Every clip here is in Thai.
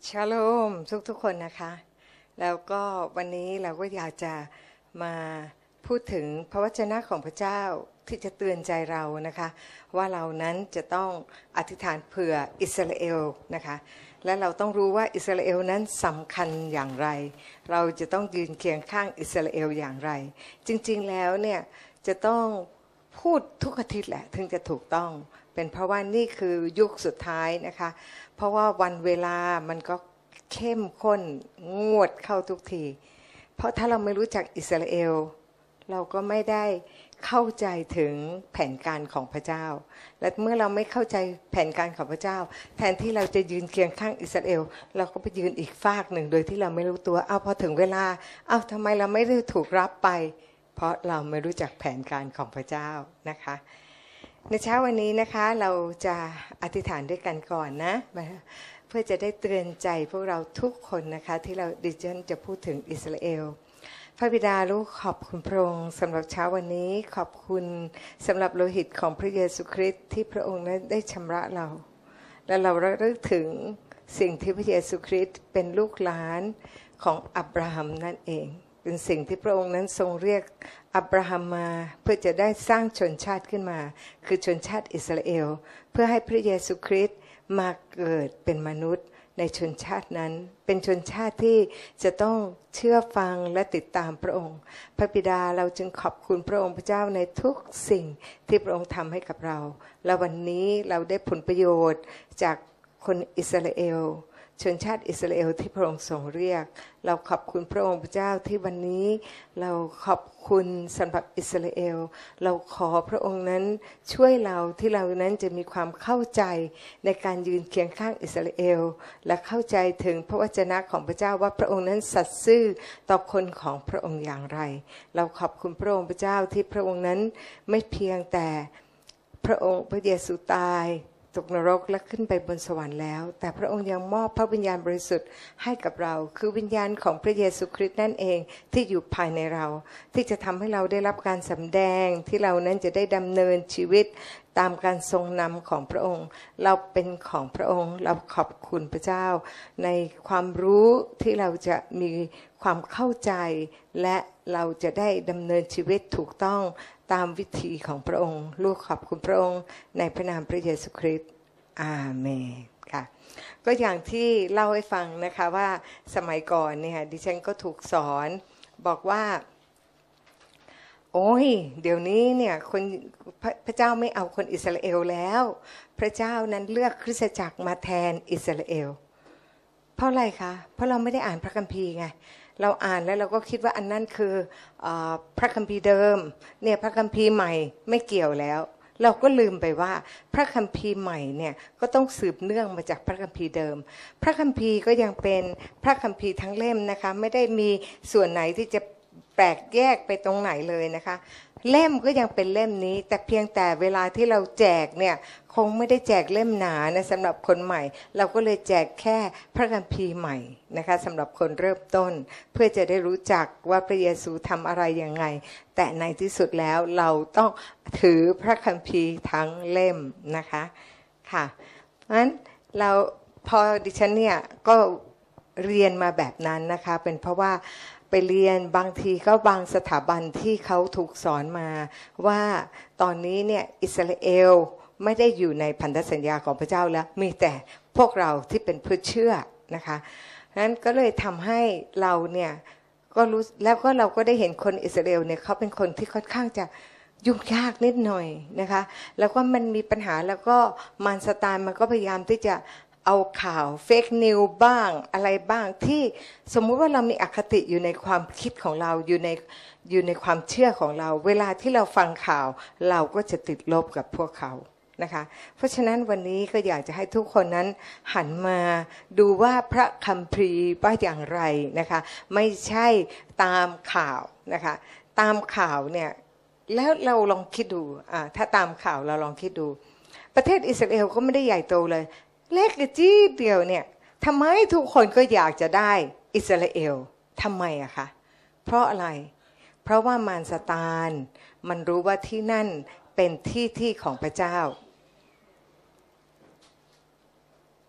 ชาโลมทุกคนนะคะแล้วก็วันนี้เราก็อยากจะมาพูดถึงพระวจนะของพระเจ้าที่จะเตือนใจเรานะคะว่าเรานั้นจะต้องอธิษฐานเผื่ออิสราเอลนะคะและเราต้องรู้ว่าอิสราเอลนั้นสำคัญอย่างไรเราจะต้องยืนเคียงข้างอิสราเอลอย่างไรจริงๆแล้วเนี่ยจะต้องพูดทุกอาทิตย์แหละถึงจะถูกต้องเป็นเพราะว่านี่คือยุคสุดท้ายนะคะเพราะว่าวันเวลามันก็เข้มข้นงวดเข้าทุกทีเพราะถ้าเราไม่รู้จักอิสราเอลเราก็ไม่ได้เข้าใจถึงแผนการของพระเจ้าและเมื่อเราไม่เข้าใจแผนการของพระเจ้าแทนที่เราจะยืนเคียงข้างอิสราเอลเราก็ไปยืนอีกฝากหนึ่งโดยที่เราไม่รู้ตัวพอถึงเวลาทำไมเราไม่ได้ถูกรับไปเพราะเราไม่รู้จักแผนการของพระเจ้านะคะในเช้าวันนี้นะคะเราจะอธิษฐานด้วยกันก่อนนะเพื่อจะได้เตือนใจพวกเราทุกคนนะคะที่ดิฉันจะพูดถึงอิสราเอลพระบิดาลูกขอบคุณพระองค์สำหรับเช้าวันนี้ขอบคุณสำหรับโลหิตของพระเยซูคริสต์ที่พระองค์ได้ชำระเราและเราระลึกถึงสิ่งที่พระเยซูคริสต์เป็นลูกหลานของอับราฮัมนั่นเองเป็นสิ่งที่พระองค์นั้นทรงเรียกอับราฮัมมาเพื่อจะได้สร้างชนชาติขึ้นมาคือชนชาติอิสราเอลเพื่อให้พระเยซูคริสต์มาเกิดเป็นมนุษย์ในชนชาตินั้นเป็นชนชาติที่จะต้องเชื่อฟังและติดตามพระองค์พระบิดาเราจึงขอบคุณพระองค์พระเจ้าในทุกสิ่งที่พระองค์ทำให้กับเราและวันนี้เราได้ผลประโยชน์จากคนอิสราเอลชนชาติอิสราเอลที่พระองค์ทรงเรียกเราขอบคุณพระองค์พระเจ้าที่วันนี้เราขอบคุณสำหรับอิสราเอลเราขอพระองค์นั้นช่วยเราที่เรานั้นจะมีความเข้าใจในการยืนเคียงข้างอิสราเอลและเข้าใจถึงพระวจนะของพระเจ้าว่าพระองค์นั้นสัตย์ซื่อต่อคนของพระองค์อย่างไรเราขอบคุณพระองค์พระเจ้าที่พระองค์นั้นไม่เพียงแต่พระองค์พระเยซูตายตกนรกและขึ้นไปบนสวรรค์แล้วแต่พระองค์ยังมอบพระวิญญาณบริสุทธิ์ให้กับเราคือวิญญาณของพระเยซูคริสต์นั่นเองที่อยู่ภายในเราที่จะทำให้เราได้รับการสำแดงที่เรานั้นจะได้ดำเนินชีวิตตามการทรงนำของพระองค์เราเป็นของพระองค์เราขอบคุณพระเจ้าในความรู้ที่เราจะมีความเข้าใจและเราจะได้ดำเนินชีวิตถูกต้องตามวิธีของพระองค์ลูกขอบคุณพระองค์ในพระนามพระเยซูคริสต์อาเมนค่ะก็อย่างที่เล่าให้ฟังนะคะว่าสมัยก่อนเนี่ยดิฉันก็ถูกสอนบอกว่าโอ้ยเดี๋ยวนี้เนี่ยพระเจ้าไม่เอาคนอิสราเอลแล้วพระเจ้านั้นเลือกคริสตจักรมาแทนอิสราเอลเพราะอะไรคะเพราะเราไม่ได้อ่านพระคัมภีร์ไงเราอ่านแล้วเราก็คิดว่าอันนั้นคือพระคัมภีร์เดิมเนี่ยพระคัมภีร์ใหม่ไม่เกี่ยวแล้วเราก็ลืมไปว่าพระคัมภีร์ใหม่เนี่ยก็ต้องสืบเนื่องมาจากพระคัมภีร์เดิมพระคัมภีร์ก็ยังเป็นพระคัมภีร์ทั้งเล่มนะคะไม่ได้มีส่วนไหนที่จะแปลกแยกไปตรงไหนเลยนะคะเล่มก็ยังเป็นเล่มนี้แต่เพียงแต่เวลาที่เราแจกเนี่ยคงไม่ได้แจกเล่มหนานะสำหรับคนใหม่เราก็เลยแจกแค่พระคัมภีร์ใหม่นะคะสำหรับคนเริ่มต้นเพื่อจะได้รู้จักว่าพระเยซูทำอะไรยังไงแต่ในที่สุดแล้วเราต้องถือพระคัมภีร์ทั้งเล่มนะคะค่ะงั้นเราพอดิฉันเนี่ยก็เรียนมาแบบนั้นนะคะเป็นเพราะว่าไปเรียนบางทีก็บางสถาบันที่เขาถูกสอนมาว่าตอนนี้เนี่ยอิสราเอลไม่ได้อยู่ในพันธสัญญาของพระเจ้าแล้วมีแต่พวกเราที่เป็นผู้เชื่อนะคะนั้นก็เลยทำให้เราเนี่ยก็รู้แล้วก็เราก็ได้เห็นคนอิสราเอลเนี่ยเขาเป็นคนที่ค่อนข้างจะยุ่งยากนิดหน่อยนะคะแล้วก็มันมีปัญหาแล้วก็มารซาตานมันก็พยายามที่จะเอาข่าวเฟกนิวบ้างอะไรบ้างที่สมมุติว่าเรามีอคติอยู่ในความคิดของเราอยู่ในความเชื่อของเราเวลาที่เราฟังข่าวเราก็จะติดลบกับพวกเขานะคะเพราะฉะนั้นวันนี้ก็อยากจะให้ทุกคนนั้นหันมาดูว่าพระคัมภีร์ว่าอย่างไรนะคะไม่ใช่ตามข่าวนะคะตามข่าวเนี่ยแล้วเราลองคิดดูถ้าตามข่าวเราลองคิดดูประเทศอิสราเอลก็ไม่ได้ใหญ่โตเลยเล็กจี๊ดเดียวเนี่ยทำไมทุกคนก็อยากจะได้อิสราเอลทำไมอะคะเพราะอะไรเพราะว่ามารซาตานมันรู้ว่าที่นั่นเป็นที่ของพระเจ้า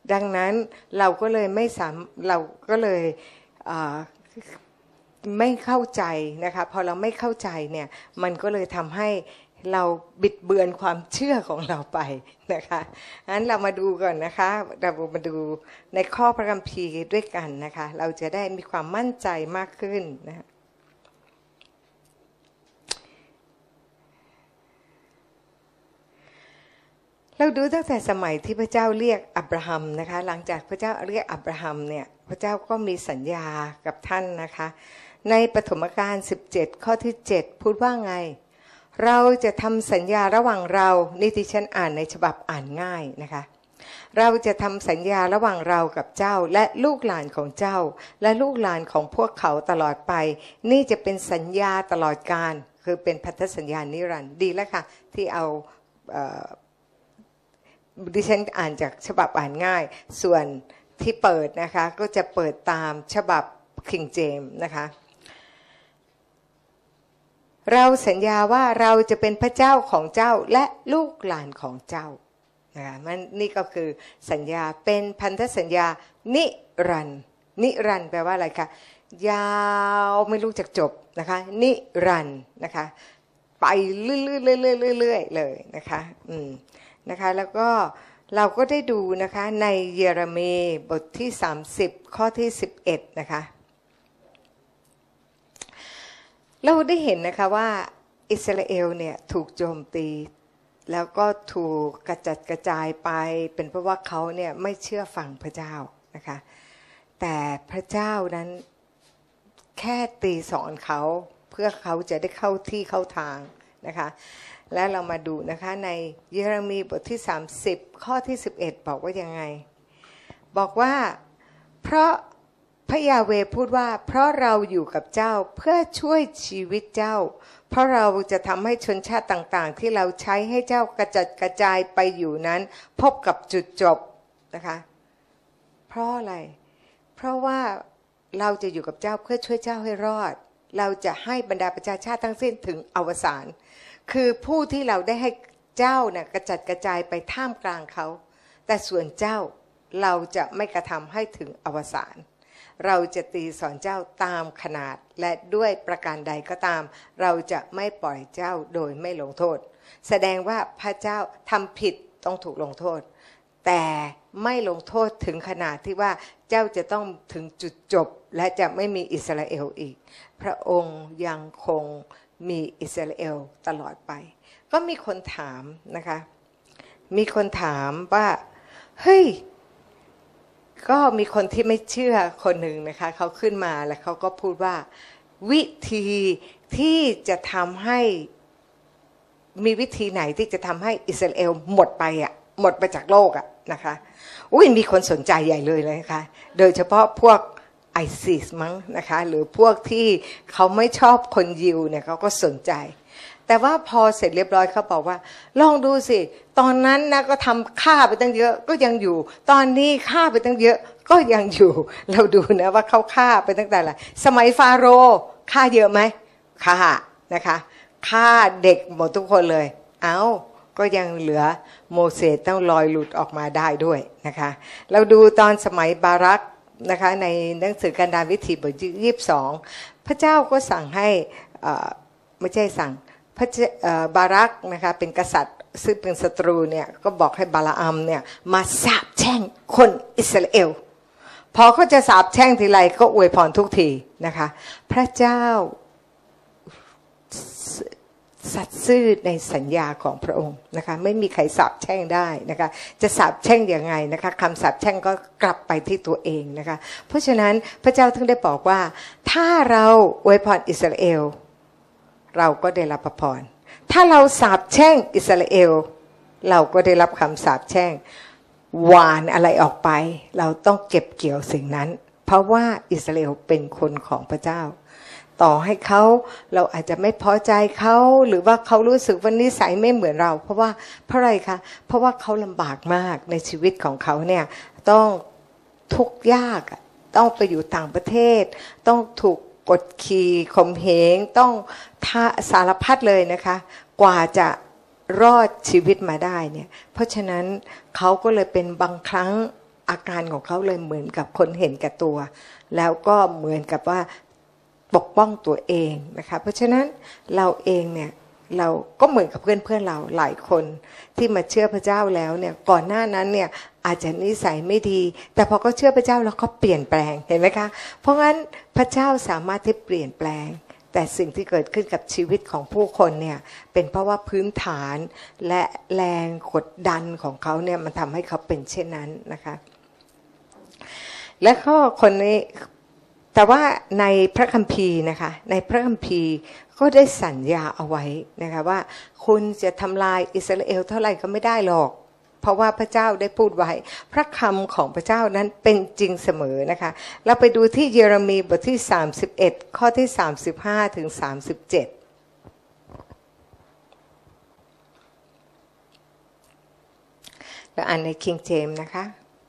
ดังนั้นเราก็เลยเราก็เลยไม่เข้าใจนะคะพอเราไม่เข้าใจเนี่ยมันก็เลยทำให้เราบิดเบือนความเชื่อของเราไปนะคะงั้นเรามาดูก่อนนะคะเรามาดูในข้อพระคัมภีร์ด้วยกันนะคะเราจะได้มีความมั่นใจมากขึ้นนะเราดูตั้งแต่สมัยที่พระเจ้าเรียกอับราฮัมนะคะหลังจากพระเจ้าเรียกอับราฮัมเนี่ยพระเจ้าก็มีสัญญากับท่านนะคะในปฐมกาล17ข้อที่7พูดว่าไงเราจะทำสัญญาระหว่างเรานี่ที่ฉันอ่านในฉบับอ่านง่ายนะคะเราจะทำสัญญาระหว่างเรากับเจ้าและลูกหลานของเจ้าและลูกหลานของพวกเขาตลอดไปนี่จะเป็นสัญญาตลอดกาลคือเป็นพันธสัญญานิรันดร์ดีแล้วค่ะที่เอาดิฉันอ่านจากฉบับอ่านง่ายส่วนที่เปิดนะคะก็จะเปิดตามฉบับคิงเจมส์นะคะเราสัญญาว่าเราจะเป็นพระเจ้าของเจ้าและลูกหลานของเจ้านะคะมันนี่ก็คือสัญญาเป็นพันธสัญญานิรันดร์นิรันดร์แปลว่าอะไรคะยาวไม่รู้จักจบนะคะนิรันดร์นะคะไปเรื่อยๆเลยนะคะนะคะแล้วก็เราก็ได้ดูนะคะในเยเรมีบทที่30ข้อที่11นะคะเราได้เห็นนะคะว่าอิสราเอลเนี่ยถูกโจมตีแล้วก็ถูกกระจัดกระจายไปเป็นเพราะว่าเขาเนี่ยไม่เชื่อฟังพระเจ้านะคะแต่พระเจ้านั้นแค่ตีสอนเขาเพื่อเขาจะได้เข้าที่เข้าทางนะคะและเรามาดูนะคะในเยเรมีบทที่30ข้อที่11บอกว่ายังไงบอกว่าเพราะพระยาเวห์พูดว่าเพราะเราอยู่กับเจ้าเพื่อช่วยชีวิตเจ้าเพราะเราจะทำให้ชนชาติต่างๆที่เราใช้ให้เจ้ากระจัดกระจายไปอยู่นั้นพบกับจุดจบนะคะเพราะอะไรเพราะว่าเราจะอยู่กับเจ้าเพื่อช่วยเจ้าให้รอดเราจะให้บรรดาประชาชาติทั้งสิ้นถึงอวสานคือผู้ที่เราได้ให้เจ้าเนี่ยกระจัดกระจายไปท่ามกลางเขาแต่ส่วนเจ้าเราจะไม่กระทำให้ถึงอวสานเราจะตีสอนเจ้าตามขนาดและด้วยประการใดก็ตามเราจะไม่ปล่อยเจ้าโดยไม่ลงโทษแสดงว่าพระเจ้าทำผิดต้องถูกลงโทษแต่ไม่ลงโทษถึงขนาดที่ว่าเจ้าจะต้องถึงจุดจบและจะไม่มีอิสราเอลอีกพระองค์ยังคงมีอิสราเอลตลอดไปก็มีคนถามนะคะมีคนถามว่าเฮ้ยก็มีคนที่ไม่เชื่อคนหนึ่งนะคะเขาขึ้นมาแล้วเขาก็พูดว่าวิธีที่จะทำให้มีวิธีไหนที่จะทำให้อิสราเอลหมดไปหมดไปจากโลกนะคะอุ้ยมีคนสนใจใหญ่เลยนะคะโดยเฉพาะพวกไอซิสมั้งนะคะหรือพวกที่เขาไม่ชอบคนยิวเนี่ยเขาก็สนใจแต่ว่าพอเสร็จเรียบร้อยเขาบอกว่าลองดูสิตอนนั้นนะก็ทำฆ่าไปตั้งเยอะก็ยังอยู่ตอนนี้ฆ่าไปตั้งเยอะก็ยังอยู่เราดูนะว่าเขาฆ่าไปตั้งแต่ละสมัยฟาโรห์ฆ่าเยอะไหมฆ่านะคะฆ่าเด็กหมดทุกคนเลยก็ยังเหลือโมเสสต้องลอยหลุดออกมาได้ด้วยนะคะเราดูตอนสมัยบารักนะคะในหนังสือกันดารวิถีบท22พระเจ้าก็สั่งให้ไม่ใช่สั่งบารักนะคะเป็นกษัตริย์ซึ่งเป็นศัตรูเนี่ยก็บอกให้บาลาอัมเนี่ยมาสาปแช่งคนอิสราเอลพอเขาจะสาปแช่งทีไรก็อวยพรทุกทีนะคะพระเจ้าสัตย์ซื่อในสัญญาของพระองค์นะคะไม่มีใครสาปแช่งได้นะคะจะสาปแช่งยังไงนะคะคำสาปแช่งก็กลับไปที่ตัวเองนะคะเพราะฉะนั้นพระเจ้าถึงได้บอกว่าถ้าเราอวยพรอิสราเอลเราก็ได้รับพระพรถ้าเราสาปแช่งอิสราเอลเราก็ได้รับคำสาปแช่งหวานอะไรออกไปเราต้องเก็บเกี่ยวสิ่งนั้นเพราะว่าอิสราเอลเป็นคนของพระเจ้าต่อให้เราอาจจะไม่พอใจเขาหรือว่าเขารู้สึกว่านิสัยไม่เหมือนเราเพราะอะไรคะเพราะว่าเขาลำบากมากในชีวิตของเขาเนี่ยต้องทุกข์ยากต้องไปอยู่ต่างประเทศต้องถูกกดขี่ข่มเหงต้องสารพัดเลยนะคะกว่าจะรอดชีวิตมาได้เนี่ยเพราะฉะนั้นเขาก็เลยเป็นบางครั้งอาการของเขาเลยเหมือนกับคนเห็นแก่ตัวแล้วก็เหมือนกับว่าปกป้องตัวเองนะคะเพราะฉะนั้นเราเองเนี่ยเราก็เหมือนกับเพื่อนเราหลายคนที่มาเชื่อพระเจ้าแล้วเนี่ยก่อนหน้านั้นเนี่ยอาจจะนิสัยไม่ดีแต่พอเขาเชื่อพระเจ้าแล้วเขาเปลี่ยนแปลงเห็นไหมคะเพราะงั้นพระเจ้าสามารถที่เปลี่ยนแปลงแต่สิ่งที่เกิดขึ้นกับชีวิตของผู้คนเนี่ยเป็นเพราะว่าพื้นฐานและแรงกดดันของเขาเนี่ยมันทำให้เขาเป็นเช่นนั้นนะคะและก็คนนี้แต่ว่าในพระคัมภีร์นะคะในพระคัมภีร์ก็ได้สัญญาเอาไว้นะคะว่าคุณจะทำลายอิสราเอลเท่าไหร่ก็ไม่ได้หรอกเพราะว่าพระเจ้าได้พูดไว้พระคำของพระเจ้านั้นเป็นจริงเสมอนะคะเราไปดูที่เยเรมีบทที่31ข้อที่35ถึง37แล้วอ่านในคิงเจมส์นะคะ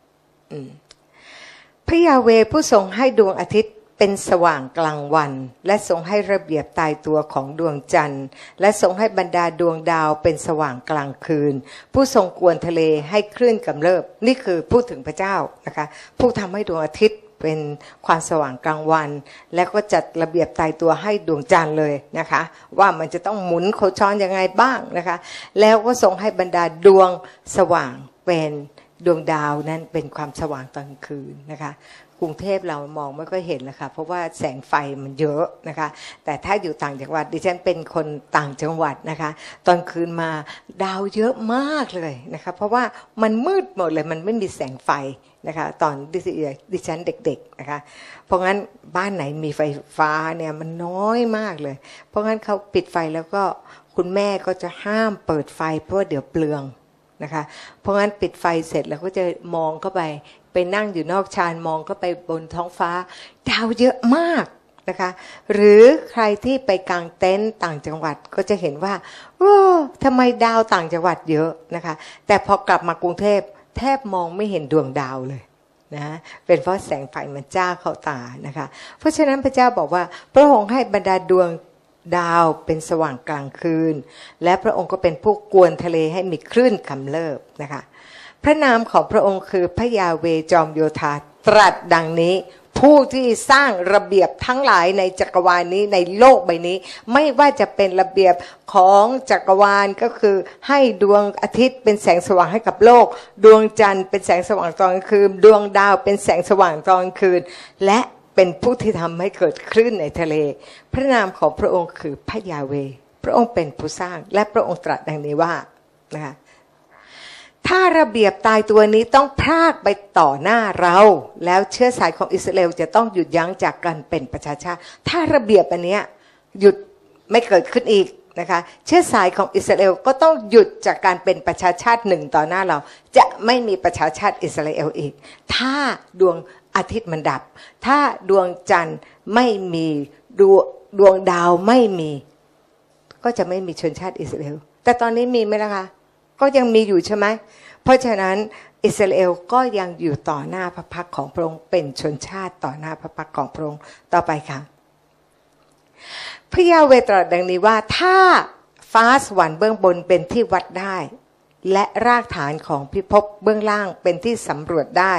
พระยาเวห์ผู้ทรงให้ดวงอาทิตย์เป็นสว่างกลางวันและทรงให้ระเบียบตายตัวของดวงจันทร์และทรงให้บรรดาดวงดาวเป็นสว่างกลางคืนผู้ทรงกวนทะเลให้คลื่นกำเริบนี่คือพูดถึงพระเจ้านะคะผู้ทำให้ดวงอาทิตย์เป็นความสว่างกลางวันและก็จัดระเบียบตายตัวให้ดวงจันทร์เลยนะคะว่ามันจะต้องหมุนโคจรยังไงบ้างนะคะแล้วก็ทรงให้บรรดาดวงสว่างเป็นดวงดาวนั้นเป็นความสว่างตอนกลางคืนนะคะกรุงเทพเรามองไม่ค่อยเห็นแล้วค่ะเพราะว่าแสงไฟมันเยอะนะคะแต่ถ้าอยู่ต่างจังหวัดดิฉันเป็นคนต่างจังหวัดนะคะตอนคืนมาดาวเยอะมากเลยนะคะเพราะว่ามันมืดหมดเลยมันไม่มีแสงไฟนะคะตอนดิฉันเด็กๆนะคะเพราะงั้นบ้านไหนมีไฟฟ้าเนี่ยมันน้อยมากเลยเพราะงั้นเขาปิดไฟแล้วก็คุณแม่ก็จะห้ามเปิดไฟเพราะว่าเดี๋ยวเปลืองนะคะเพราะงั้นปิดไฟเสร็จแล้วก็จะมองเข้าไปนั่งอยู่นอกชานมองก็ไปบนท้องฟ้าดาวเยอะมากนะคะหรือใครที่ไปกางเต็นท์ต่างจังหวัดก็จะเห็นว่าโอ้ทำไมดาวต่างจังหวัดเยอะนะคะแต่พอกลับมากรุงเทพแทบมองไม่เห็นดวงดาวเลยนะเป็นเพราะแสงไฟมันจ้าเข้าตานะคะเพราะฉะนั้นพระเจ้าบอกว่าพระองค์ให้บรรดาดวงดาวเป็นสว่างกลางคืนและพระองค์ก็เป็นผู้กวนทะเลให้มีคลื่นกำเริบนะคะพระนามของพระองค์คือพระยาเวห์จอมโยธาตรัสดังนี้ผู้ที่สร้างระเบียบทั้งหลายในจักรวาลนี้ในโลกใบนี้ไม่ว่าจะเป็นระเบียบของจักรวาลก็คือให้ดวงอาทิตย์เป็นแสงสว่างให้กับโลกดวงจันทร์เป็นแสงสว่างตอนกลางคืนดวงดาวเป็นแสงสว่างตอนกลางคืนและเป็นผู้ที่ทำให้เกิดคลื่นในทะเลพระนามของพระองค์คือพระยาเวห์พระองค์เป็นผู้สร้างและพระองค์ตรัสดังนี้ว่านะคะถ้าระเบียบตายตัวนี้ต้องพรากไปต่อหน้าเราแล้วเชื้อสายของอิสราเอลจะต้องหยุดยั้งจากการเป็นประชาชาติถ้าระเบียบอันเนี้ยหยุดไม่เกิดขึ้นอีกนะคะเชื้อสายของอิสราเอลก็ต้องหยุดจากการเป็นประชาชาติหนึ่งต่อหน้าเราจะไม่มีประชาชาติอิสราเอลอีกถ้าดวงอาทิตย์มันดับถ้าดวงจันทร์ไม่มีดวงดาวไม่มีก็จะไม่มีชนชาติอิสราเอลแต่ตอนนี้มีไหมล่ะคะก็ยังมีอยู่ใช่ไหมเพราะฉะนั้นอิสราเอลก็ยังอยู่ต่อหน้าพระพักของพระองค์เป็นชนชาติต่อหน้าพระพักของพระองค์ต่อไปค่ะพระยาเวห์ตรัสดังนี้ว่าถ้าฟ้าสวรรค์เบื้องบนเป็นที่วัดได้และรากฐานของพิภพเบื้องล่างเป็นที่สำรวจได้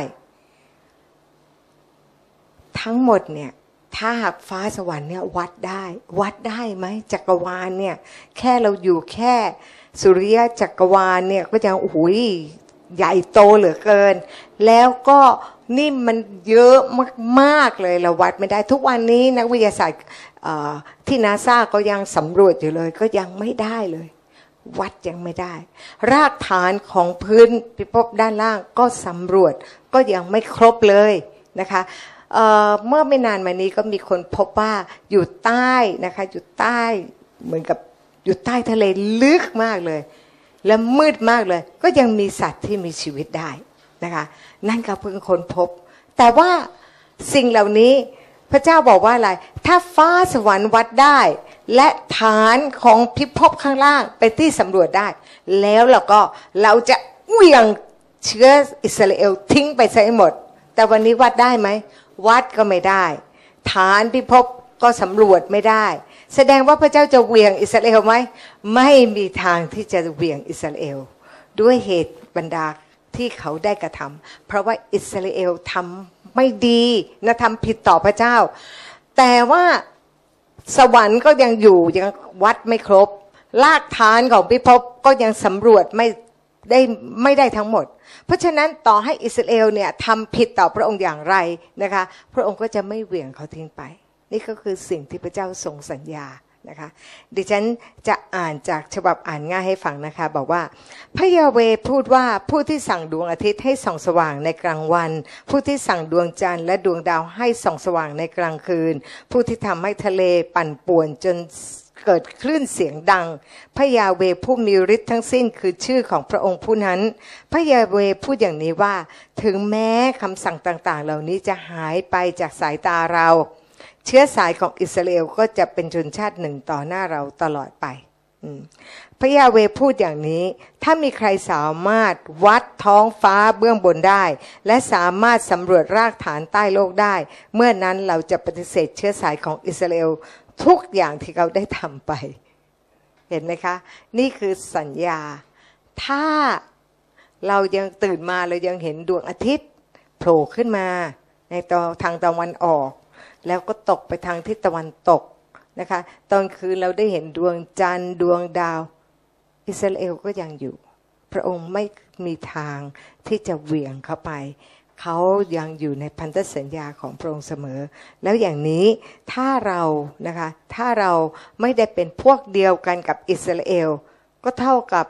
ทั้งหมดเนี่ยถ้าหากฟ้าสวรรค์เนี่ยวัดได้ไหมจักรวาลเนี่ยแค่เราอยู่แค่สุริยะจักรวาลเนี่ยก็ยังโอ้โหใหญ่โตเหลือเกินแล้วก็นี่มันเยอะมากๆเลยเราวัดไม่ได้ทุกวันนี้นักวิทยาศาสตร์ที่นาซาก็ยังสำรวจอยู่เลยก็ยังไม่ได้เลยวัดยังไม่ได้รากฐานของพื้นพิภพด้านล่างก็สำรวจก็ยังไม่ครบเลยนะคะเมื่อไม่นานมานี้ก็มีคนพบว่าอยู่ใต้นะคะอยู่ใต้เหมือนกับอยู่ใต้ทะเลลึกมากเลยและมืดมากเลยก็ยังมีสัตว์ที่มีชีวิตได้นะคะนั่นก็เพิ่งค้นพบแต่ว่าสิ่งเหล่านี้พระเจ้าบอกว่าอะไรถ้าฟ้าสวรรค์วัดได้และฐานของพิภพข้างล่างเป็นที่สำรวจได้แล้วเราจะเหวี่ยงเชื้ออิสราเอลทิ้งไปซะให้หมดแต่วันนี้วัดได้ไหมวัดก็ไม่ได้ฐานพิภพก็สำรวจไม่ได้แสดงว่าพระเจ้าจะเหวี่ยงอิสราเอลไหมไม่มีทางที่จะเหวี่ยงอิสราเอลด้วยเหตุบรรดาที่เขาได้กระทำเพราะว่าอิสราเอลทำไม่ดีนะทำผิดต่อพระเจ้าแต่ว่าสวรรค์ก็ยังอยู่ยังวัดไม่ครบรากฐานของพิภพก็ยังสำรวจไม่ได้ทั้งหมดเพราะฉะนั้นต่อให้อิสราเอลเนี่ยทำผิดต่อพระองค์อย่างไรนะคะพระองค์ก็จะไม่เหวี่ยงเขาทิ้งไปนี่ก็คือสิ่งที่พระเจ้าทรงสัญญานะคะดิฉันจะอ่านจากฉบับอ่านง่ายให้ฟังนะคะบอกว่าพระยาเวห์พูดว่าผู้ที่สั่งดวงอาทิตย์ให้ส่องสว่างในกลางวันผู้ที่สั่งดวงจันทร์และดวงดาวให้ส่องสว่างในกลางคืนผู้ที่ทำให้ทะเลปั่นป่วนจนเกิดคลื่นเสียงดังพระยาเวห์ผู้มีฤทธิ์ทั้งสิ้นคือชื่อของพระองค์ผู้นั้นพระยาเวห์พูดอย่างนี้ว่าถึงแม้คำสั่งต่างๆเหล่านี้จะหายไปจากสายตาเราเชื้อสายของอิสราเอลก็จะเป็นชนชาติหนึ่งต่อหน้าเราตลอดไปพระยาเวห์พูดอย่างนี้ถ้ามีใครสามารถวัดท้องฟ้าเบื้องบนได้และสามารถสำรวจรากฐานใต้โลกได้เมื่อนั้นเราจะปฏิเสธเชื้อสายของอิสราเอลทุกอย่างที่เขาได้ทำไปเห็นไหมคะนี่คือสัญญาถ้าเรายังตื่นมาเรายังเห็นดวงอาทิตย์โผล่ขึ้นมาในทางตะวันออกแล้วก็ตกไปทางทิศตะวันตกนะคะตอนคืนเราได้เห็นดวงจันทร์ดวงดาวอิสราเอลก็ยังอยู่พระองค์ไม่มีทางที่จะเหวี่ยงเข้าไปเขายังอยู่ในพันธสัญญาของพระองค์เสมอแล้วอย่างนี้ถ้าเรานะคะถ้าเราไม่ได้เป็นพวกเดียวกันกับอิสราเอลก็เท่ากับ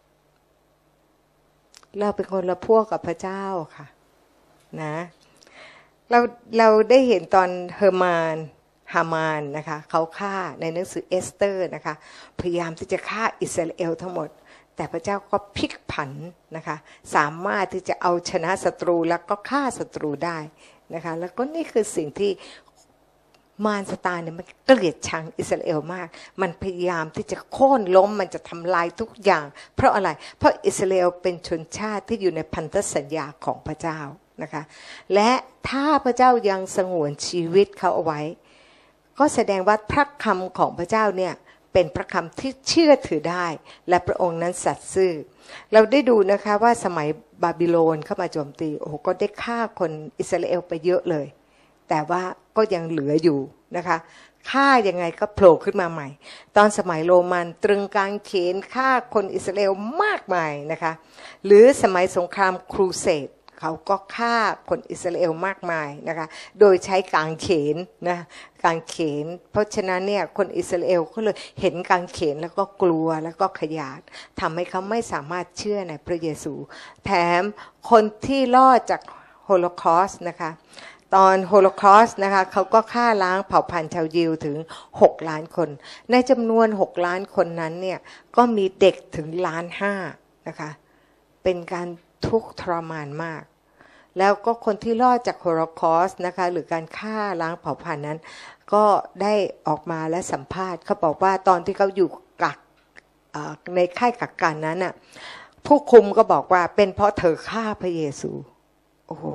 เราเป็นคนละพวกกับพระเจ้าค่ะนะเราได้เห็นตอนฮามานนะคะเขาฆ่าในหนังสือเอสเตอร์นะคะพยายามที่จะฆ่าอิสราเอลทั้งหมดแต่พระเจ้าก็พลิกผันนะคะสามารถที่จะเอาชนะศัตรูแล้วก็ฆ่าศัตรูได้นะคะแล้วก็นี่คือสิ่งที่มารซาตานเนี่ยมันเกลียดชังอิสราเอลมากมันพยายามที่จะโค่นล้มมันจะทำลายทุกอย่างเพราะอะไรเพราะอิสราเอลเป็นชนชาติที่อยู่ในพันธสัญญาของพระเจ้านะคะและถ้าพระเจ้ายังสงวนชีวิตเขาเอาไว้ก็แสดงว่าพระคำของพระเจ้าเนี่ยเป็นพระคำที่เชื่อถือได้และพระองค์นั้นสัตย์ซื่อเราได้ดูนะคะว่าสมัยบาบิโลนเข้ามาโจมตีโอ้โหก็ได้ฆ่าคนอิสราเอลไปเยอะเลยแต่ว่าก็ยังเหลืออยู่นะคะฆ่ายังไงก็โผล่ขึ้นมาใหม่ตอนสมัยโรมันตรึงกางเขนฆ่าคนอิสราเอลมากมายนะคะหรือสมัยสงครามครูเสดเขาก็ฆ่าคนอิสราเอลมากมายนะคะโดยใช้กางเขนนะกางเขนเพราะฉะนั้นเนี่ยคนอิสราเอลก็เลยเห็นกางเขนแล้วก็กลัวแล้วก็ขยาดทำให้เขาไม่สามารถเชื่อในพระเยซูแถมคนที่รอดจากโฮโลคอสต์นะคะตอนโฮโลคอสต์นะคะเขาก็ฆ่าล้างเผ่าพันธุ์ชาวยิวถึง6 ล้านคนในจำนวน6 ล้านคนนั้นเนี่ยก็มีเด็กถึง1.5 ล้านนะคะเป็นการทุกข์ทรมานมากแล้วก็คนที่รอดจากโฮโลคอสต์นะคะหรือการฆ่าล้างเผ่าพันธุ์นั้นก็ได้ออกมาและสัมภาษณ์เขาบอกว่าตอนที่เขาอยู่กักในค่ายกักกันนั้นน่ะผู้คุมก็บอกว่าเป็นเพราะเธอฆ่าพระเยซูโอ้โห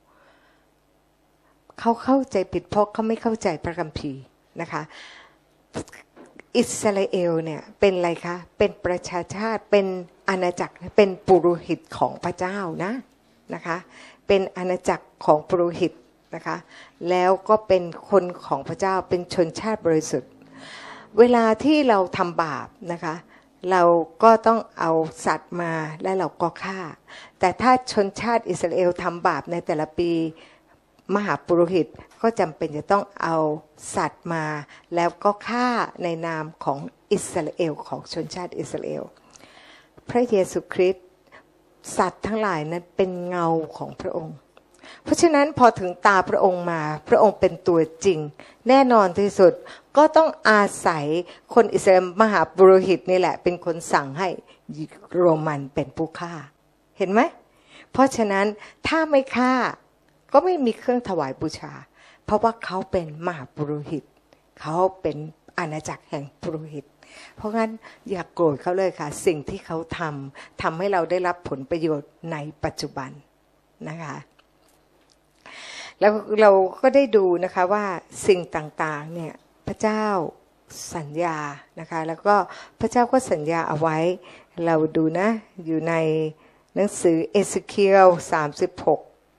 เขาเข้าใจผิดเพราะเขาไม่เข้าใจพระคัมภีร์นะคะอิสราเอลเนี่ยเป็นอะไรคะเป็นประชาชาติเป็นอาณาจักรเป็นปุโรหิตของพระเจ้านะคะเป็นอาณาจักรของปุโรหิตนะคะแล้วก็เป็นคนของพระเจ้าเป็นชนชาติบริสุทธิ์เวลาที่เราทำบาปนะคะเราก็ต้องเอาสัตว์มาและเราก็ฆ่าแต่ถ้าชนชาติอิสราเอลทำบาปในแต่ละปีมหาปุโรหิตก็จำเป็นจะต้องเอาสัตว์มาแล้วก็ฆ่าในนามของอิสราเอลของชนชาติอิสราเอลพระเยซูคริสต์สัตว์ทั้งหลายนั้นเป็นเงาของพระองค์เพราะฉะนั้นพอถึงตาพระองค์มาพระองค์เป็นตัวจริงแน่นอนที่สุดก็ต้องอาศัยคนอิสราเอลมหาปุโรหิตนี่แหละเป็นคนสั่งให้โรมันเป็นผู้ฆ่าเห็นไหมเพราะฉะนั้นถ้าไม่ฆ่าก็ไม่มีเครื่องถวายบูชาเพราะว่าเขาเป็นมหาปุโรหิตเขาเป็นอาณาจักรแห่งปุโรหิตเพราะงั้นอย่าโกรธเขาเลยค่ะสิ่งที่เขาทำให้เราได้รับผลประโยชน์ในปัจจุบันนะคะแล้วเราก็ได้ดูนะคะว่าสิ่งต่างๆเนี่ยพระเจ้าสัญญานะคะแล้วก็พระเจ้าก็สัญญาเอาไว้เราดูนะอยู่ในหนังสือเอเสเคียล36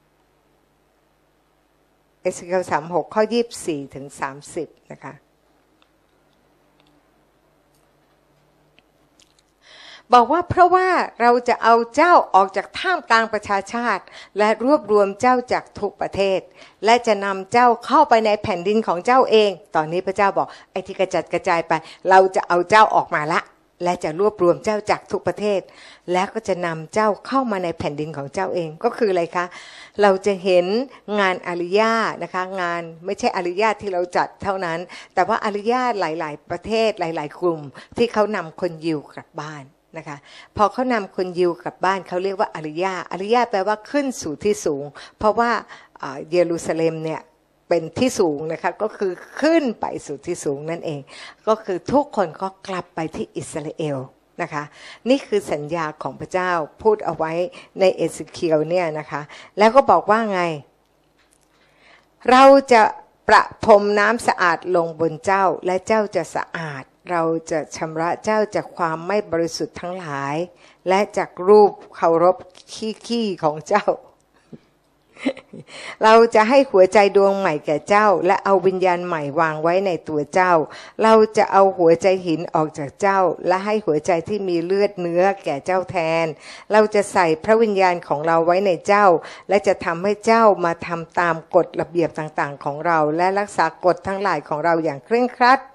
เอเสเคียล36ข้อ24ถึง30นะคะบอกว่าเพราะว่าเราจะเอาเจ้าออกจากท่ามกลางประชาชาติและรวบรวมเจ้าจากทุกประเทศและจะนำเจ้าเข้าไปในแผ่นดินของเจ้าเองตอนนี้พระเจ้าบอกไอ้ที่กระจัดกระจายไปเราจะเอาเจ้าออกมาละและจะรวบรวมเจ้าจากทุกประเทศแล้วก็จะนำเจ้าเข้ามาในแผ่นดินของเจ้าเองก็คืออะไรคะเราจะเห็นงานอาริยานะคะงานไม่ใช่อาริยาที่เราจัดเท่านั้นแต่ว่าอาริยาหลายๆประเทศหลายๆกลุ่มที่เขานำคนยิวกลับบ้านนะคะพอเขานำคนยิวกลับบ้านเขาเรียกว่าอาริยาอาริยาแปลว่าขึ้นสู่ที่สูงเพราะว่าเยรูซาเล็มเนี่ยเป็นที่สูงนะคะก็คือขึ้นไปสู่ที่สูงนั่นเองก็คือทุกคนก็กลับไปที่อิสราเอลนะคะนี่คือสัญญาของพระเจ้าพูดเอาไว้ในเอเสเคียลเนี่ยนะคะแล้วก็บอกว่าไงเราจะประพรมน้ำสะอาดลงบนเจ้าและเจ้าจะสะอาดเราจะชำระเจ้าจากความไม่บริสุทธิ์ทั้งหลายและจากรูปเคารพขี้ของเจ้า เราจะให้หัวใจดวงใหม่แก่เจ้าและเอาวิญญาณใหม่วางไว้ในตัวเจ้าเราจะเอาหัวใจหินออกจากเจ้าและให้หัวใจที่มีเลือดเนื้อแก่เจ้าแทนเราจะใส่พระวิญญาณของเราไว้ในเจ้าและจะทำให้เจ้ามาทำตามกฎระเบียบต่างๆของเราและรักษากฎทั้งหลายของเราอย่างเคร่งครัด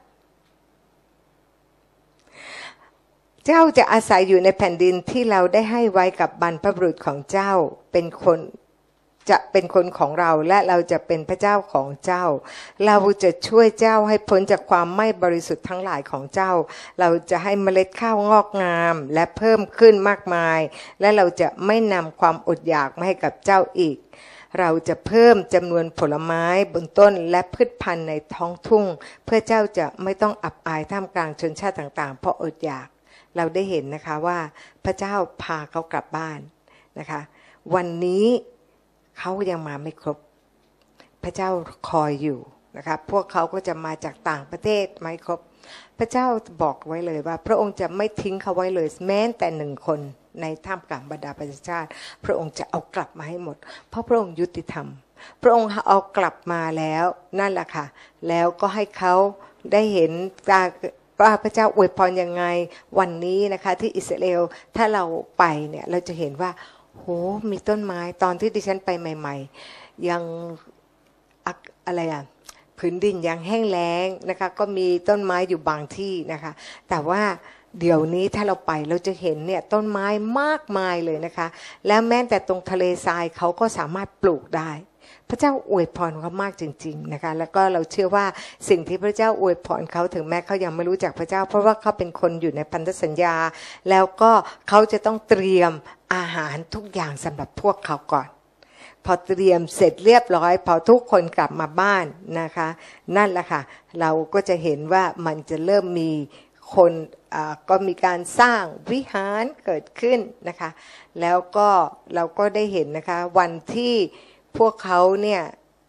เจ้าจะอาศัยอยู่ในแผ่นดินที่เราได้ให้ไว้กับบรรพบุรุษของเจ้าจะเป็นคนของเราและเราจะเป็นพระเจ้าของเจ้าเราจะช่วยเจ้าให้พ้นจากความไม่บริสุทธิ์ทั้งหลายของเจ้าเราจะให้เมล็ดข้าวงอกงามและเพิ่มขึ้นมากมายและเราจะไม่นำความอดอยากมาให้กับเจ้าอีกเราจะเพิ่มจำนวนผลไม้บนต้นและพืชพันธุ์ในท้องทุ่งเพื่อเจ้าจะไม่ต้องอับอายท่ามกลางชนชาติต่างๆเพราะอดอยากเราได้เห็นนะคะว่าพระเจ้าพาเขากลับบ้านนะคะวันนี้เขายังมาไม่ครบพระเจ้าคอยอยู่นะคะพวกเขาก็จะมาจากต่างประเทศไม่ครบพระเจ้าบอกไว้เลยว่าพระองค์จะไม่ทิ้งเขาไว้เลยแม้แต่หนึ่งคนในท่ามกลางบรรดาประชาชาติพระองค์จะเอากลับมาให้หมดเพราะพระองค์ยุติธรรมพระองค์เอากลับมาแล้วนั่นแหละค่ะแล้วก็ให้เขาได้เห็นว่าพระเจ้าอวยพรยังไงวันนี้นะคะที่อิสราเอลถ้าเราไปเนี่ยเราจะเห็นว่าโหมีต้นไม้ตอนที่ดิฉันไปใหม่ๆยังอะไรอ่ะพื้นดินยังแห้งแล้งนะคะก็มีต้นไม้อยู่บางที่นะคะแต่ว่าเดี๋ยวนี้ถ้าเราไปเราจะเห็นเนี่ยต้นไม้มากมายเลยนะคะแล้วแม้แต่ตรงทะเลทรายเขาก็สามารถปลูกได้พระเจ้าอวยพรเขามากจริงๆนะคะแล้วก็เราเชื่อว่าสิ่งที่พระเจ้าอวยพรเขาถึงแม้เขายังไม่รู้จักพระเจ้าเพราะว่าเขาเป็นคนอยู่ในพันธสัญญาแล้วก็เขาจะต้องเตรียมอาหารทุกอย่างสำหรับพวกเขาก่อนพอเตรียมเสร็จเรียบร้อยพอทุกคนกลับมาบ้านนะคะนั่นแหละค่ะเราก็จะเห็นว่ามันจะเริ่มมีคนก็มีการสร้างวิหารเกิดขึ้นนะคะแล้วก็เราก็ได้เห็นนะคะวันที่พวกเขาเนี่ย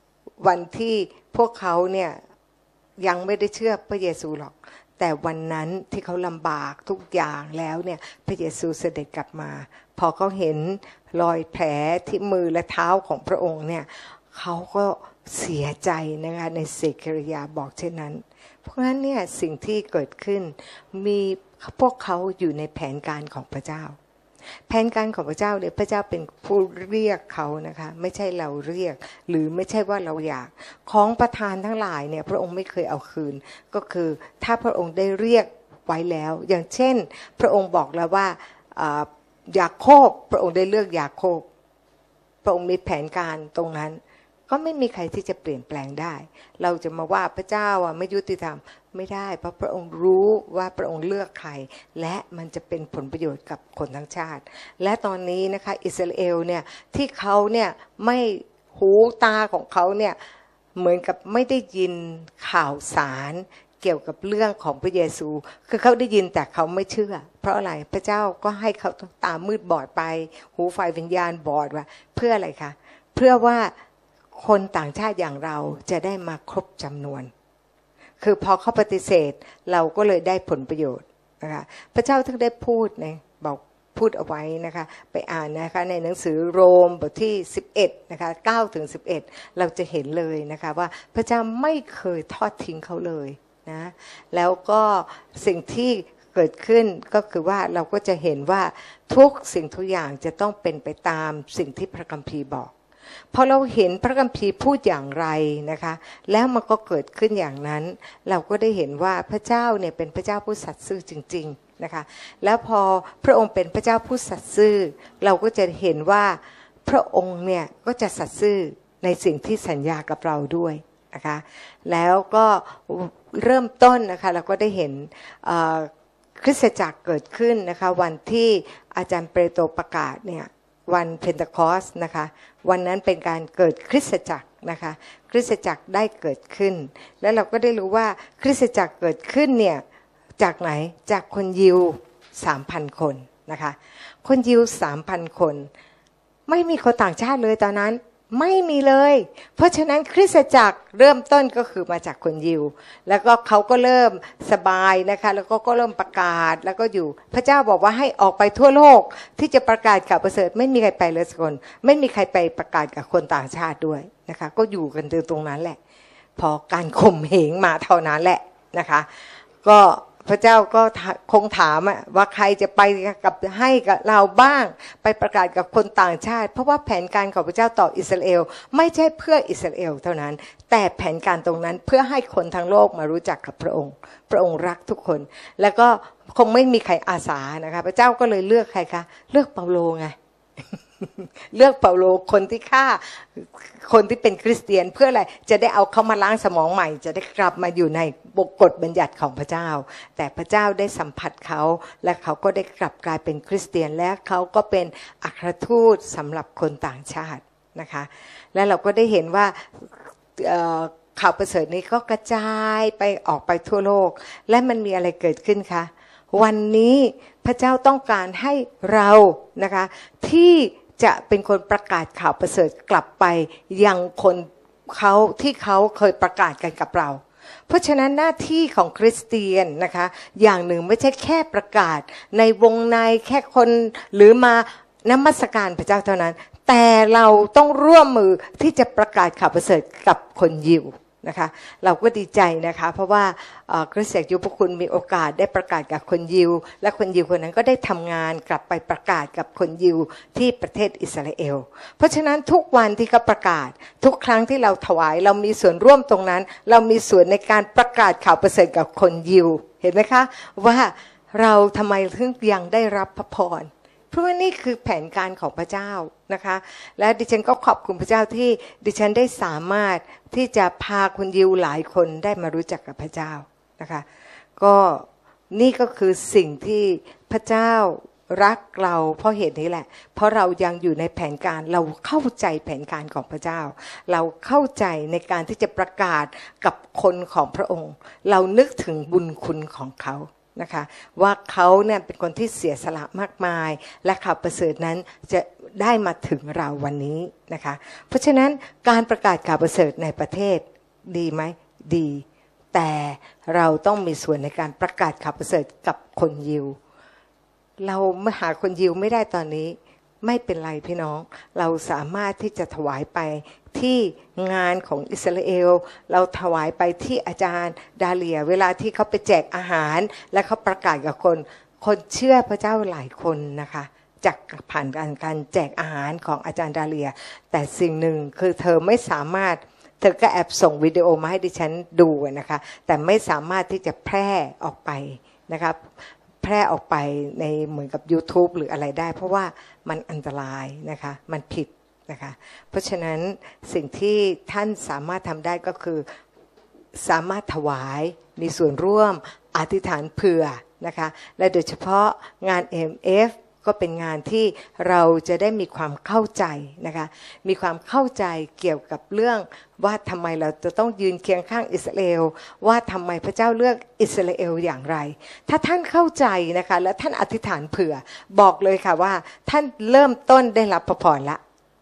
ยังไม่ได้เชื่อพระเยซูหรอกแต่วันนั้นที่เขาลำบากทุกอย่างแล้วเนี่ยพระเยซูเสด็จกลับมาพอเขาเห็นรอยแผลที่มือและเท้าของพระองค์เนี่ยเขาก็เสียใจนะคะในเสกริยาบอกเช่นนั้นเพราะฉะนั้นเนี่ยสิ่งที่เกิดขึ้นมีพวกเขาอยู่ในแผนการของพระเจ้าแผนการของพระเจ้าเนี่ยพระเจ้าเป็นผู้เรียกเขานะคะไม่ใช่เราเรียกหรือไม่ใช่ว่าเราอยากของประทานทั้งหลายเนี่ยพระองค์ไม่เคยเอาคืนก็คือถ้าพระองค์ได้เรียกไว้แล้วอย่างเช่นพระองค์บอกแล้วว่ายาโคบพระองค์ได้เลือกยาโคบพระองค์มีแผนการตรงนั้นก็ไม่มีใครที่จะเปลี่ยนแปลงได้เราจะมาว่าพระเจ้าไม่ยุติธรรมไม่ได้เพราะพระองค์รู้ว่าพระองค์เลือกใครและมันจะเป็นผลประโยชน์กับคนทั้งชาติและตอนนี้นะคะอิสราเอลเนี่ยที่เขาเนี่ยไม่หูตาของเขาเนี่ยเหมือนกับไม่ได้ยินข่าวสารเกี่ยวกับเรื่องของพระเยซูคือเขาได้ยินแต่เขาไม่เชื่อเพราะอะไรพระเจ้าก็ให้เขาตามืดบอดไปหูไฟวิญญาณบอดว่าเพื่ออะไรคะเพื่อว่าคนต่างชาติอย่างเราจะได้มาครบจำนวนคือพอเขาปฏิเสธเราก็เลยได้ผลประโยชน์นะคะพระเจ้าถึงได้พูดนะบอกพูดเอาไว้นะคะไปอ่านนะคะในหนังสือโรมบทที่11นะคะ9ถึง11เราจะเห็นเลยนะคะว่าพระเจ้าไม่เคยทอดทิ้งเขาเลยนะแล้วก็สิ่งที่เกิดขึ้นก็คือว่าเราก็จะเห็นว่าทุกสิ่งทุกอย่างจะต้องเป็นไปตามสิ่งที่พระคัมภีร์บอกพอเราเห็นพระคัมภีร์พูดอย่างไรนะคะแล้วมันก็เกิดขึ้นอย่างนั้นเราก็ได้เห็นว่าพระเจ้าเนี่ยเป็นพระเจ้าผู้สัตย์ซื่อจริงๆนะคะแล้วพอพระองค์เป็นพระเจ้าผู้สัตย์ซื่อเราก็จะเห็นว่าพระองค์เนี่ยก็จะสัตย์ซื่อในสิ่งที่สัญญากับเราด้วยนะคะแล้วก็เริ่มต้นนะคะเราก็ได้เห็นคริสตจักรเกิดขึ้นนะคะวันที่อาจารย์เปโตรประกาศเนี่ยวันเพนทคอสนะคะวันนั้นเป็นการเกิดคริสตจักรนะคะคริสตจักรได้เกิดขึ้นแล้วเราก็ได้รู้ว่าคริสตจักรเกิดขึ้นเนี่ยจากไหนจากคนยิว 3,000 คนนะคะคนยิว 3,000 คนไม่มีคนต่างชาติเลยตอนนั้นไม่มีเลยเพราะฉะนั้นคริสตจักรเริ่มต้นก็คือมาจากคนยิวแล้วก็เขาก็เริ่มสบายนะคะแล้วก็เริ่มประกาศแล้วก็อยู่พระเจ้าบอกว่าให้ออกไปทั่วโลกที่จะประกาศข่าวประเสริฐไม่มีใครไปเลยสักคนไม่มีใครไปประกาศกับคนต่างชาติด้วยนะคะก็อยู่กันตรงนั้นแหละพอการข่มเหงมาเท่านั้นแหละนะคะก็พระเจ้าก็คงถามว่าใครจะไปกับให้กับเราบ้างไปประกาศกับคนต่างชาติเพราะว่าแผนการของพระเจ้าต่ออิสราเอลไม่ใช่เพื่ออิสราเอลเท่านั้นแต่แผนการตรงนั้นเพื่อให้คนทั้งโลกมารู้จักกับพระองค์พระองค์รักทุกคนแล้วก็คงไม่มีใครอาสานะคะพระเจ้าก็เลยเลือกใครคะเลือกเปาโลไง เลือกเปาโลคนที่ฆ่าคนที่เป็นคริสเตียนเพื่ออะไรจะได้เอาเขามาล้างสมองใหม่จะได้กลับมาอยู่ในกฎบัญญัติของพระเจ้าแต่พระเจ้าได้สัมผัสเขาและเขาก็ได้กลับกลายเป็นคริสเตียนและเขาก็เป็นอัครทูตสำหรับคนต่างชาตินะคะและเราก็ได้เห็นว่าข่าวประเสริฐนี้ก็กระจายไปออกไปทั่วโลกและมันมีอะไรเกิดขึ้นคะวันนี้พระเจ้าต้องการให้เรานะคะที่จะเป็นคนประกาศข่าวประเสริฐกลับไปยังคนเขาที่เขาเคยประกาศกันกับเราเพราะฉะนั้นหน้าที่ของคริสเตียนนะคะอย่างหนึ่งไม่ใช่แค่ประกาศในวงในแค่คนหรือมานมัสการพระเจ้าเท่านั้นแต่เราต้องร่วมมือที่จะประกาศข่าวประเสริฐกับคนยิวนะคะเราก็ดีใจนะคะเพราะว่าคริสตจักรยิวพวกคุณมีโอกาสได้ประกาศกับคนยิวและคนยิวคนนั้นก็ได้ทำงานกลับไปประกาศกับคนยิวที่ประเทศอิสราเอลเพราะฉะนั้นทุกวันที่เขาประกาศทุกครั้งที่เราถวายเรามีส่วนร่วมตรงนั้นเรามีส่วนในการประกาศข่าวประเสริฐกับคนยิวเห็นไหมคะว่าเราทำไมถึงยังได้รับพระพรเพราะว่านี่คือแผนการของพระเจ้านะคะและดิฉันก็ขอบคุณพระเจ้าที่ดิฉันได้สามารถที่จะพาคนยิวหลายคนได้มารู้จักกับพระเจ้านะคะก็นี่ก็คือสิ่งที่พระเจ้ารักเราเพราะเหตุนี้แหละเพราะเรายังอยู่ในแผนการเราเข้าใจแผนการของพระเจ้าเราเข้าใจในการที่จะประกาศกับคนของพระองค์เรานึกถึงบุญคุณของเขานะคะว่าเขาเนี่ยเป็นคนที่เสียสละมากมายและข่าวประเสริฐนั้นจะได้มาถึงเราวันนี้นะคะเพราะฉะนั้นการประกาศข่าวประเสริฐในประเทศดีไหมดีแต่เราต้องมีส่วนในการประกาศข่าวประเสริฐกับคนยิวเราไม่หาคนยิวไม่ได้ตอนนี้ไม่เป็นไรพี่น้องเราสามารถที่จะถวายไปที่งานของอิสราเอลเราถวายไปที่อาจารย์ดาเลียเวลาที่เขาไปแจกอาหารและเขาประกาศกับคนเชื่อพระเจ้าหลายคนนะคะจากผ่านการแจกอาหารของอาจารย์ดาเลียแต่สิ่งหนึ่งคือเธอไม่สามารถเธอก็แอบส่งวิดีโอมาให้ดิฉันดูนะคะแต่ไม่สามารถที่จะแพร่ออกไปนะครับแพร่ออกไปในเหมือนกับ YouTube หรืออะไรได้เพราะว่ามันอันตรายนะคะมันผิดนะคะเพราะฉะนั้นสิ่งที่ท่านสามารถทำได้ก็คือสามารถถวายมีส่วนร่วมอธิษฐานเผื่อนะคะและโดยเฉพาะงาน AMF ก็เป็นงานที่เราจะได้มีความเข้าใจนะคะมีความเข้าใจเกี่ยวกับเรื่องว่าทำไมเราจะต้องยืนเคียงข้างอิสราเอลว่าทำไมพระเจ้าเลือกอิสราเอลอย่างไรถ้าท่านเข้าใจนะคะและท่านอธิษฐานเผื่อบอกเลยค่ะว่าท่านเริ่มต้นได้รับพระพรละ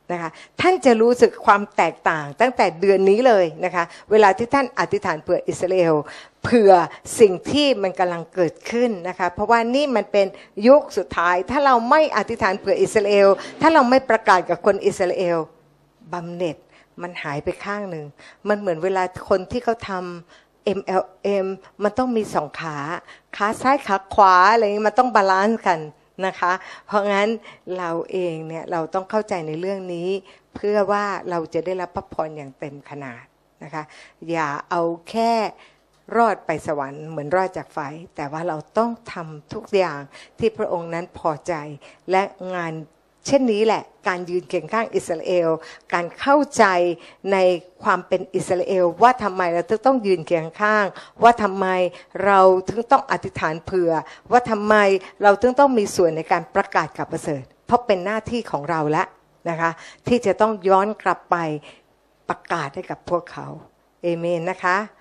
นะคะท่านจะรู้สึกความแตกต่างตั้งแต่เดือนนี้เลยนะคะเวลาที่ท่านอธิษฐานเผื่ออิสราเอลเผื่อสิ่งที่มันกำลังเกิดขึ้นนะคะเพราะว่านี่มันเป็นยุคสุดท้ายถ้าเราไม่อธิษฐานเผื่ออิสราเอลถ้าเราไม่ประกาศกับคนอิสราเอลบำเหน็จมันหายไปข้างหนึ่งมันเหมือนเวลาคนที่เขาทำ MLM มันต้องมี2 ขาซ้ายขาขวาอะไรอย่างนี้มันต้องบาลานซ์กันนะคะเพราะงั้นเราเองเนี่ยเราต้องเข้าใจในเรื่องนี้เพื่อว่าเราจะได้รับพระพรอย่างเต็มขนาดนะคะอย่าเอาแค่รอดไปสวรรค์เหมือนรอดจากไฟแต่ว่าเราต้องทำทุกอย่างที่พระองค์นั้นพอใจและงานเช่นนี้แหละการยืนเคียงข้างอิสราเอลการเข้าใจในความเป็นอิสราเอลว่าทำไมเราต้องยืนเคียงข้างว่าทำไมเราถึงต้องอธิษฐานเผื่อว่าทำไมเราถึงต้องมีส่วนในการประกาศข่าวประเสริฐเพราะเป็นหน้าที่ของเราแล้วนะคะที่จะต้องย้อนกลับไปประกาศให้กับพวกเขาเอเมนนะคะ